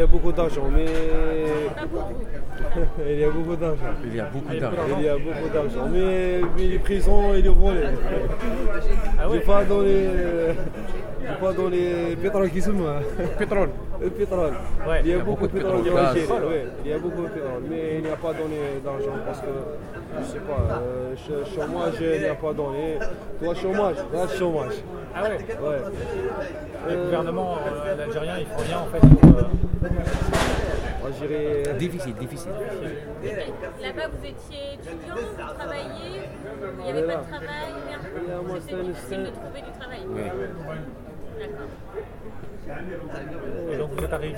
y a beaucoup d'argent, mais Pas pour vous. il y a beaucoup d'argent. Il y a beaucoup d'argent. Il y a beaucoup d'argent, mais les prisons et les volets. Ah ouais. J'ai pas dans les pétroles qui sont moi. Pétrole. Le pétrole. Ouais, Il y a beaucoup de pétrole pétrole, en gaz. Algérie. Ouais, il y a beaucoup de pétrole, mais il n'y a pas donné d'argent parce que, je sais pas, chômage, il n'y a pas donné. Toi, chômage, là, chômage. Ah ouais. Ouais. Le gouvernement algérien, il faut rien en fait pour. Algérie. Difficile. Là-bas, vous étiez étudiant, vous travailliez, il n'y avait pas de travail, rien. Moi, C'était difficile de trouver du travail. Oui. D'accord. Et donc vous êtes arrivé